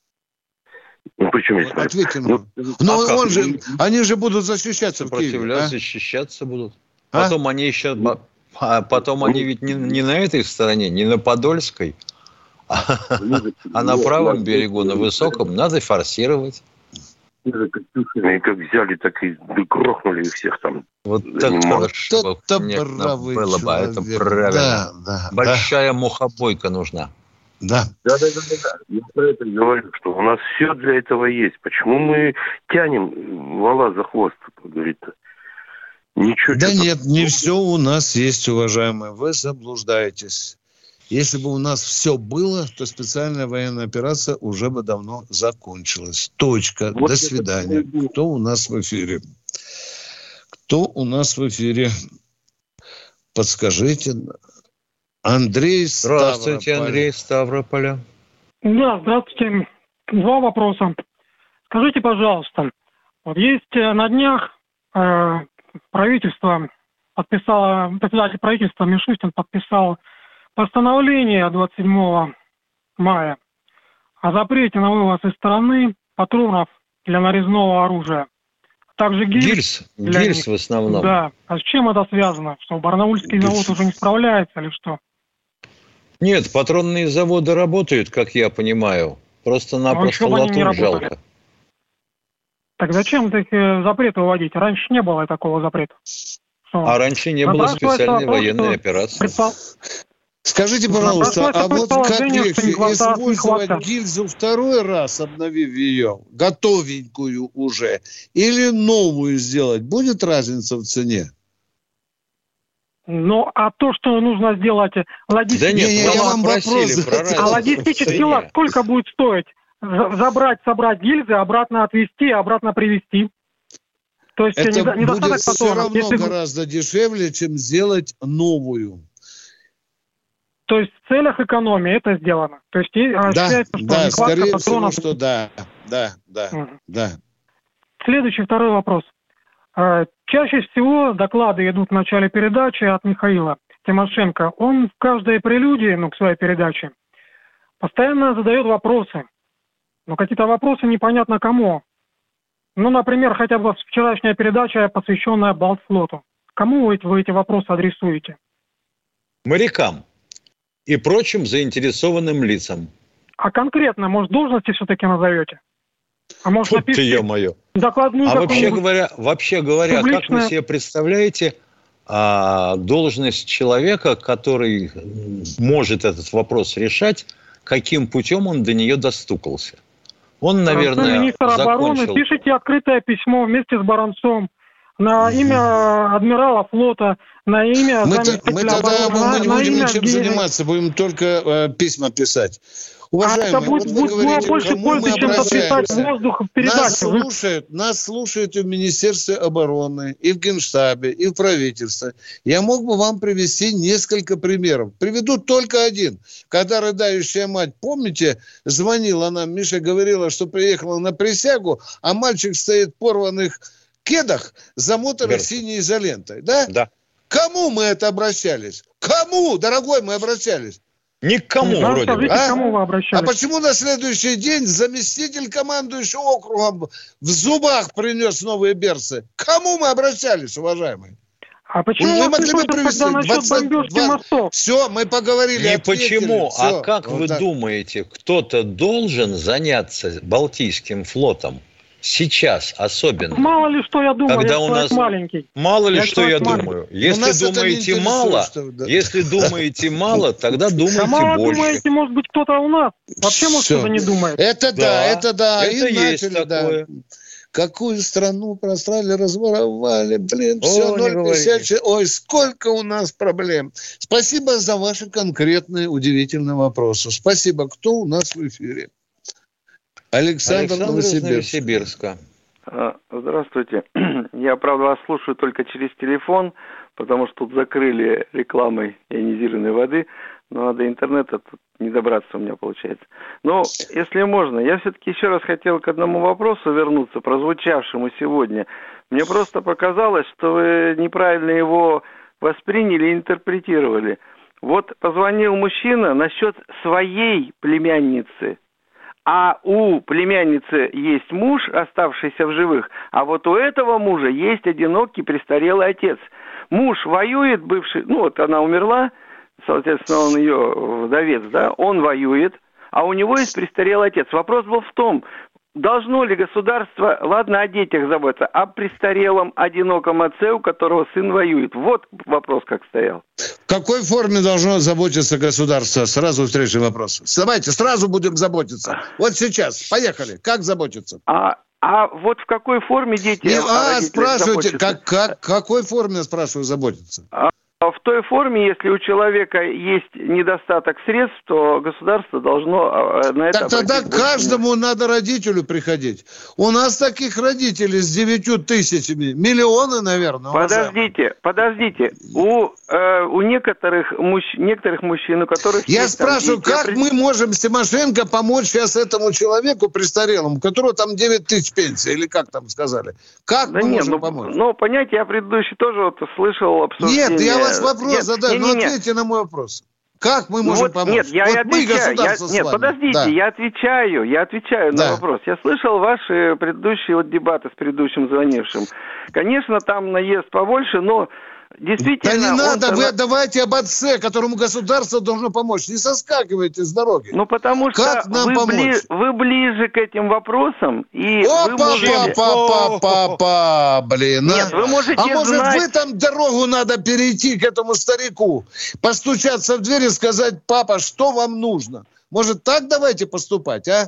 Ну, почему здесь? Ответьте Ну, мне. Но а он как? же, они же будут защищаться в Киеве. Сопротивляться, А? защищаться будут. А? Потом они еще... А потом они ведь не, не на этой стороне, не на Подольской, а, а на правом берегу, на высоком, надо форсировать. И как взяли, так и грохнули их всех там. Вот так хорошо это было человек. бы, это правильно. Да, да, Большая да. мухобойка нужна. Да. Да, да, да, да, да. Я про это говорю, что у нас все для этого есть. Почему мы тянем вола за хвост, как говорится? Ничего. Да нет, не все у нас есть, уважаемые. Вы заблуждаетесь. Если бы у нас все было, то специальная военная операция уже бы давно закончилась. Точка. Вот до свидания. Это... Кто у нас в эфире? Кто у нас в эфире? Подскажите. Андрей Ставрополь. Здравствуйте, Андрей Ставрополя. Да, здравствуйте. Два вопроса. Скажите, пожалуйста, вот есть на днях э, правительство подписало, председатель правительства Мишустин подписал постановление двадцать седьмого мая о запрете на вывоз из страны патронов для нарезного оружия. Также гильз. Гильз, для гильз них. в основном. Да. А с чем это связано? Что Барнаульский Гильз. завод уже не справляется или что? Нет, патронные заводы работают, как я понимаю. Просто-напросто латунь жалко. Так зачем такие запреты вводить? Раньше не было такого запрета. Что? А раньше не было специальной вопрос, военной операции. Предпол... Скажите, пожалуйста, а вот как легче хватает, использовать гильзу второй раз, обновив ее, готовенькую уже, или новую сделать? Будет разница в цене? Ну, а то, что нужно сделать логистически... Да нет, не, не, я вам вопрос... А логистический лад сколько будет стоить? Забрать, собрать гильзы, обратно отвезти, обратно привезти? То есть это не, будет все патронов, равно если... гораздо дешевле, чем сделать новую. То есть в целях экономии это сделано. То есть да, считается, что да, скорее патронов... всего, что да, да, да, угу. да. Следующий, второй вопрос. Чаще всего доклады идут в начале передачи от Михаила Тимошенко. Он в каждой прелюдии, ну, к своей передаче, постоянно задает вопросы. Но какие-то вопросы непонятно кому. Ну, например, хотя бы вчерашняя передача, посвященная Балтфлоту. Кому вы, вы эти вопросы адресуете? Морякам и прочим заинтересованным лицам. А конкретно, может, должности все-таки назовете? А может, Вот напишите ты, ё-моё. докладную А вообще какую-нибудь говоря, вообще говоря, как вы публичную? себе представляете а, должность человека, который может этот вопрос решать, каким путем он до нее достукался? Он, наверное, министр обороны, закончил... пишите открытое письмо вместе с Баранцом на имя адмирала флота, на имя Мы, заместителя мы тогда обороны, мы не на, будем на имя ничем ге- заниматься, будем только э, письма писать. Уважаемые, А это будет, вот вы будет говорите, больше кому мы пользы, чем записать обращаемся. воздух в Нас передаче. Вы- слушают, нас слушают и в Министерстве обороны, и в Генштабе, и в правительстве. Я мог бы вам привести несколько примеров. Приведу только один. Когда рыдающая мать, помните, звонила нам, Миша говорила, что приехала на присягу, а мальчик стоит в порванных кедах, замотанных Верно. синей изолентой. Да? Да. Кому мы это обращались? Кому, дорогой, мы обращались? Никому Да, вроде бы. скажите, А? к кому вы А обращались? почему на следующий день заместитель командующего округом в зубах принес новые берцы? К кому мы обращались, уважаемые? А почему Вы вас не могли бы слышат привести тогда насчет двадцать бомбежки два мостов? Все, мы поговорили, Не ответили. почему, Всё. а как Вот вы так. думаете, кто-то должен заняться Балтийским флотом сейчас особенно? Мало ли что я думаю, Когда я у человек нас- маленький. Мало ли Я что я человек маленький. думаю. Ну, Если нас это не думаете интересует, мало, что вы, да. если думаете мало, тогда Да думайте мало больше. думаете, может быть, кто-то у нас вообще, может, Всё. кто-то не думает. Это да, Да, это да. это И есть начали, такое. да. Какую страну просрали, разворовали, блин, О, все, не ноль говорите. пятьдесят шесть. Ой, сколько у нас проблем. Спасибо за ваши конкретные, удивительные вопросы. Спасибо. Кто у нас в эфире? Александр, Александр из Новосибирск. Новосибирска. А, Здравствуйте. Я, правда, вас слушаю только через телефон, потому что тут закрыли рекламой ионизированной воды, но до интернета тут не добраться у меня получается. Но, если можно, я все-таки еще раз хотел к одному вопросу вернуться, прозвучавшему сегодня. Мне просто показалось, что вы неправильно его восприняли и интерпретировали. Вот позвонил мужчина насчет своей племянницы. А у племянницы есть муж, оставшийся в живых, а вот у этого мужа есть одинокий престарелый отец. Муж воюет, бывший, ну вот она умерла, соответственно, он ее вдовец, да, он воюет, а у него есть престарелый отец. Вопрос был в том, должно ли государство, ладно, о детях заботиться, о престарелом, одиноком отце, у которого сын воюет. Вот вопрос как стоял. В какой форме должно заботиться государство? Сразу встречный вопрос. Давайте, сразу будем заботиться. Вот сейчас, поехали. Как заботиться? А, а вот в какой форме дети... Не, о а, родителях спрашивайте, заботятся? как, как, какой форме, спрашиваю, заботиться? А в той форме, если у человека есть недостаток средств, то государство должно э, на это... Так тогда обратить больше каждому надо родителю приходить. У нас таких родителей с девятью тысячами, миллионы, наверное. Подождите, подождите. У, э, у некоторых, мужч... некоторых мужчин, у которых... Я есть там спрашиваю, дети, как опре- мы можем с Тимошенко помочь сейчас этому человеку престарелому, у которого там девять тысяч пенсии, или как там сказали? Как Да мы нет, можем ну, помочь? ну, понятие, я предыдущий тоже вот слышал обсуждение... Нет, я вас вопрос Нет, задаю, не, ну не, не. ответьте на мой вопрос. Как мы Ну можем вот, помочь? Нет, я вот и мы, отвечаю. Я, государство, с нет, вами. подождите, Да. я отвечаю, я отвечаю Да. на вопрос. Я слышал ваши предыдущие вот дебаты с предыдущим звонившим. Конечно, там наезд побольше, но действительно... Да не он надо, тогда- вы давайте об отце, которому государство должно помочь. Не соскакивайте с дороги. Ну, потому что Как нам вы, помочь? бли- вы ближе к этим вопросам, и вы Опа, можете... па, па, па, па, блин. а. Нет, вы можете а может, знать- вы там дорогу надо перейти к этому старику, постучаться в дверь и сказать: папа, что вам нужно? Может, так давайте поступать, а?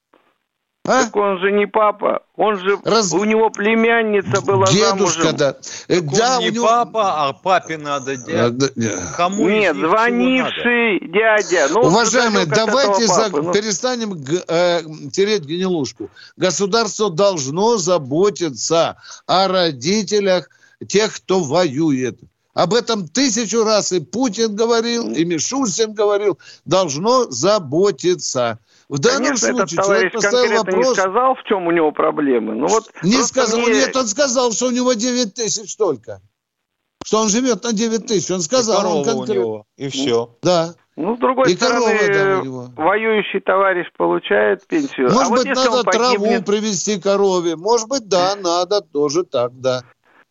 А? Так он же не папа, он же... Раз- У него племянница была Дедушка, замужем. да. Э, Он да, не у него... папа, а папе надо А, делать. да, не. Кому из Нет, них чего надо? звонивший дядя. Ну, он Уважаемые, далек от давайте этого за- папы, ну. перестанем г- э, тереть гнилушку. Государство должно заботиться о родителях тех, кто воюет. Об этом тысячу раз и Путин говорил, и Мишустин говорил. Должно заботиться. В данном Конечно, этот случае товарищ человек поставил конкретно не вопрос... сказал, в чем у него проблемы. Ну, вот Не просто сказал, мне- нет, он сказал, что у него девять тысяч только. Что он живет на девять тысяч. Он сказал, И корова он конкретно... у него, и все. Да. Ну, с другой И стороны, корова, да, у него. воюющий товарищ получает пенсию. Может а вот быть, если надо он траву погибнет... привезти корове. Может быть, да, надо тоже так, да.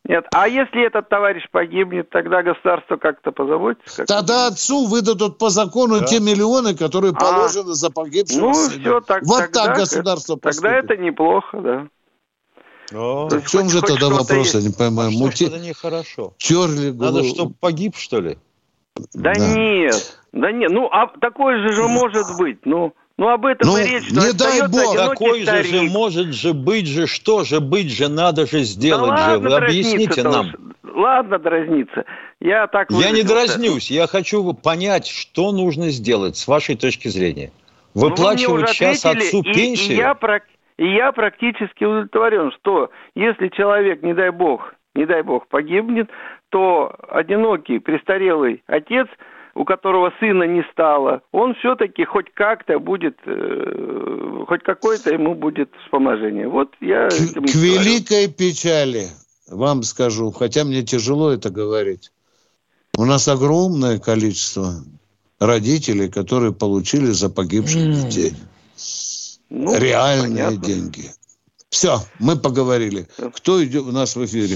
Нет, а если этот товарищ погибнет, тогда государство как-то позаботится? Как тогда отцу выдадут по закону да. те миллионы, которые а, положены за погибшего ну, сына. Все, так, вот тогда, так государство поступит. Тогда это неплохо, да. О, в чем же тогда вопрос, я не понимаю. А Мути... это нехорошо. Терли Надо, голову. чтобы погиб, что ли? Да, да нет, да нет. Ну, а такое же же может быть, ну... Ну, об этом ну, и речь, что не дай бог. Такой же, же может же быть же, что же быть же, надо же сделать да же. Вы объясните нам. Уж. Ладно дразниться. Я так Я не дразнюсь, я хочу понять, что нужно сделать с вашей точки зрения. Выплачивать ну, сейчас отцу и, пенсию? И я, и я практически удовлетворен, что если человек, не дай бог, не дай бог, погибнет, то одинокий, престарелый отец, у которого сына не стало, он все-таки хоть как-то будет, э, хоть какое-то ему будет вспоможение. Вот я... К, к великой печали вам скажу, хотя мне тяжело это говорить. У нас огромное количество родителей, которые получили за погибших mm. детей. Ну, реальные понятно. Деньги. Все, мы поговорили. Кто идет у нас в эфире?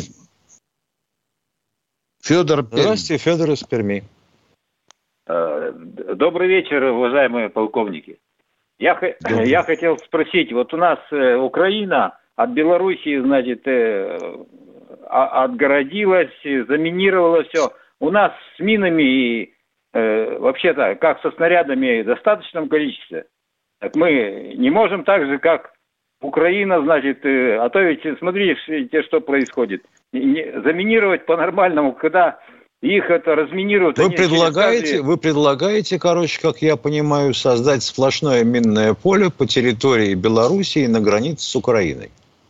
Федор Пермь. Здравствуйте, Федор из Перми. Добрый вечер, уважаемые полковники. Я, я хотел спросить, вот у нас Украина от Белоруссии, значит, отгородилась, заминировала все. У нас с минами и вообще-то, как со снарядами в достаточном количестве. Так мы не можем так же, как Украина, значит, а то ведь, смотрите, что происходит. Заминировать по-нормальному, когда... Их это разминируют. Вы предлагаете, каждый... вы предлагаете, короче, как я понимаю, создать сплошное минное поле по территории Белоруссии на границе с Украиной?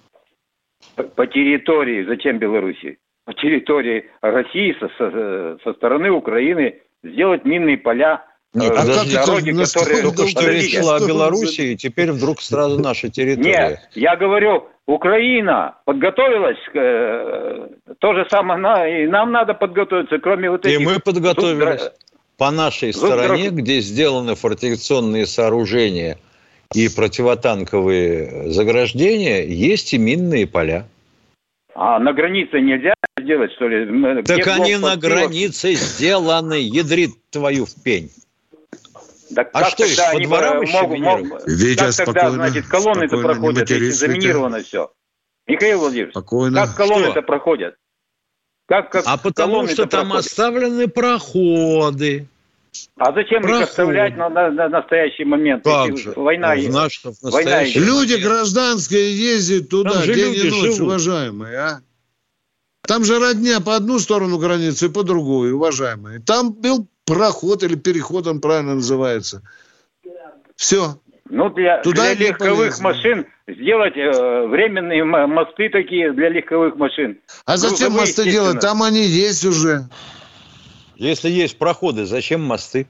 По, по территории, зачем Белоруссии? По территории России со, со, со стороны Украины сделать минные поля. Нет, э, подождите, дороги, которые... Только что речь шла о Белоруссии, и теперь вдруг сразу наша территория. Нет, я говорю... Украина подготовилась, э, то же самое, на, и нам надо подготовиться, кроме вот этих... И мы подготовились. Зуб... По нашей Зуб... стороне, где сделаны фортификационные сооружения и противотанковые заграждения, есть и минные поля. А на границе нельзя сделать, что ли? Так где они на границе сделаны, ядрит твою в пень. Так а что их, по дворам еще могут, Витя, как тогда, значит, колонны-то проходят, если заминировано все? Михаил Владимирович, спокойно. Как колонны-то проходят? Как, как а потому что там проходят? Оставлены проходы. А зачем проходы. Их оставлять на, на, на настоящий момент? Как же? Война, в наш, в война люди гражданские ездят туда день и ночь, живут. Уважаемые, а? Там же родня по одну сторону границы и по другую, уважаемые. Там был проход или переход, он правильно называется. Все. Ну, для, для легковых машин сделать э, временные мосты такие для легковых машин. А зачем ну, мосты делать? Там они есть уже. Если есть проходы, зачем мосты?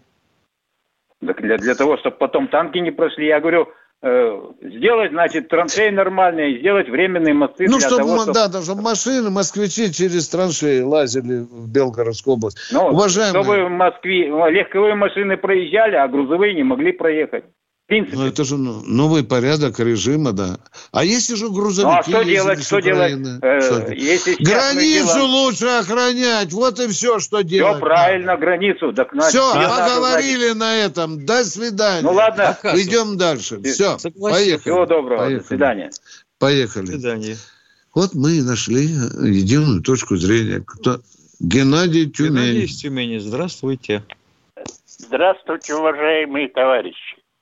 Так для, для того, чтобы потом танки не прошли. Я говорю, э, сделать, значит, траншеи нормальные, сделать временные мосты. Ну, для чтобы, того, чтобы... Да, чтобы машины, москвичи через траншеи лазили в Белгородскую область. Ну, уважаемые... чтобы в Москве легковые машины проезжали, а грузовые не могли проехать. Ну, это же новый порядок режима, да. А если же грузовики... Ну, а что делать, что делать? Э, что если границу делаем... лучше охранять, вот и все, что делать. Все правильно, границу. Так, все, поговорили надо, на этом, до свидания. Ну, ладно. Идем дальше. Все, поехали. Всего доброго, поехали. До свидания. Поехали. До свидания. Вот мы и нашли единую точку зрения. Кто? Геннадий Тюмень. Геннадий из Тюмени, здравствуйте. Здравствуйте, уважаемые товарищи.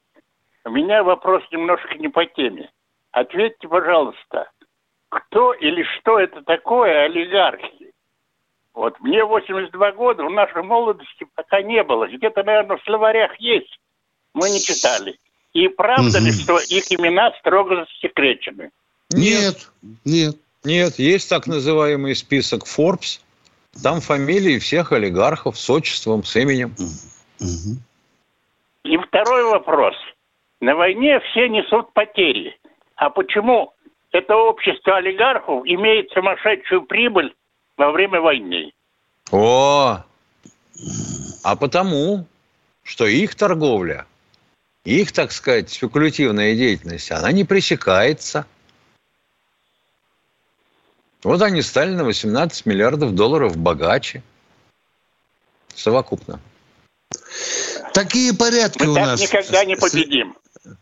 У меня вопрос немножко не по теме. Ответьте, пожалуйста, кто или что это такое олигархи? Вот мне восемьдесят два года, в нашей молодости пока не было. Где-то, наверное, в словарях есть. Мы не читали. И правда угу. ли, что их имена строго засекречены? Нет, нет. Нет, есть так называемый список Forbes. Там фамилии всех олигархов с отчеством, с именем. Угу. И второй вопрос. На войне все несут потери. А почему это общество олигархов имеет сумасшедшую прибыль во время войны? О, а потому, что их торговля, их, так сказать, спекулятивная деятельность, она не пресекается. Вот они стали на восемнадцать миллиардов долларов богаче. Совокупно. Такие порядки Мы у так нас. никогда не победим.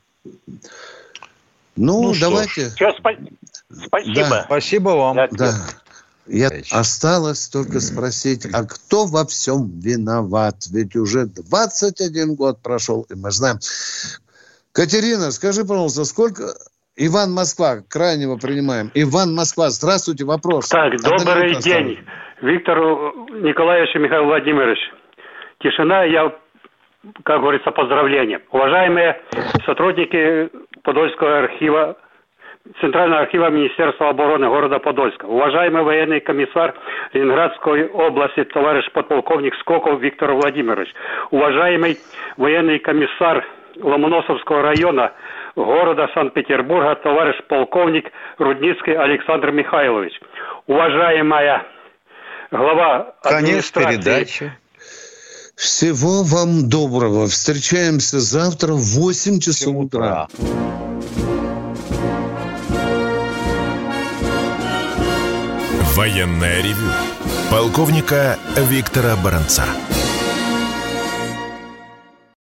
Ну, Ну, давайте. Все, спа- спасибо. Да. Спасибо вам. За Да. ответ. Я... Осталось только спросить, а кто во всем виноват? Ведь уже двадцать один год прошел, и мы знаем. Катерина, скажи, пожалуйста, сколько... Иван Москва, крайнего принимаем. Иван Москва, здравствуйте, вопрос. Так, Одна добрый минута день, осталась. Виктору Николаевичу Михаил Владимирович. Тишина, я, как говорится, поздравления. Уважаемые сотрудники Подольского архива, Центрального архива Министерства обороны города Подольска, уважаемый военный комиссар Ленинградской области, товарищ подполковник Скоков Виктор Владимирович, уважаемый военный комиссар Ломоносовского района города Санкт-Петербурга, товарищ полковник Рудницкий Александр Михайлович, уважаемая глава Конец администрации. передачи. Всего вам доброго. Встречаемся завтра в восемь часов утра. Военное ревю полковника Виктора Баранца.